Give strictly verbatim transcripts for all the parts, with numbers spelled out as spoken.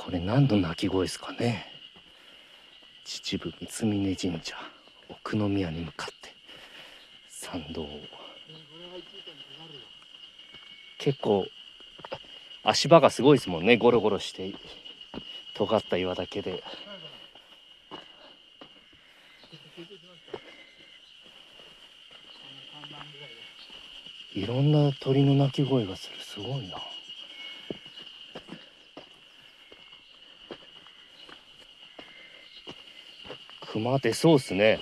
これ何の鳴き声ですかね。秩父三峯神社奥宮に向かって参道。結構足場がすごいですもんね。ゴロゴロして尖った岩だけで。いろんな鳥の鳴き声がする。すごいな。熊出そうっすね。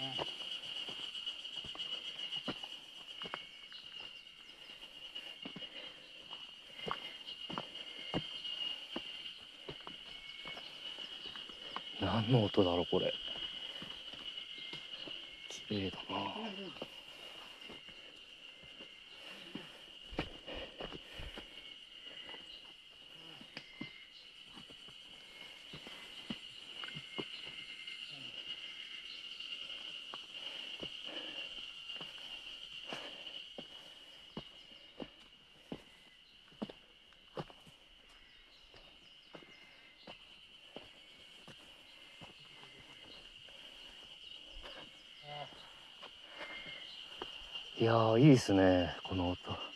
何の音だろうこれ。綺麗だな。いやー、いいですねこの音。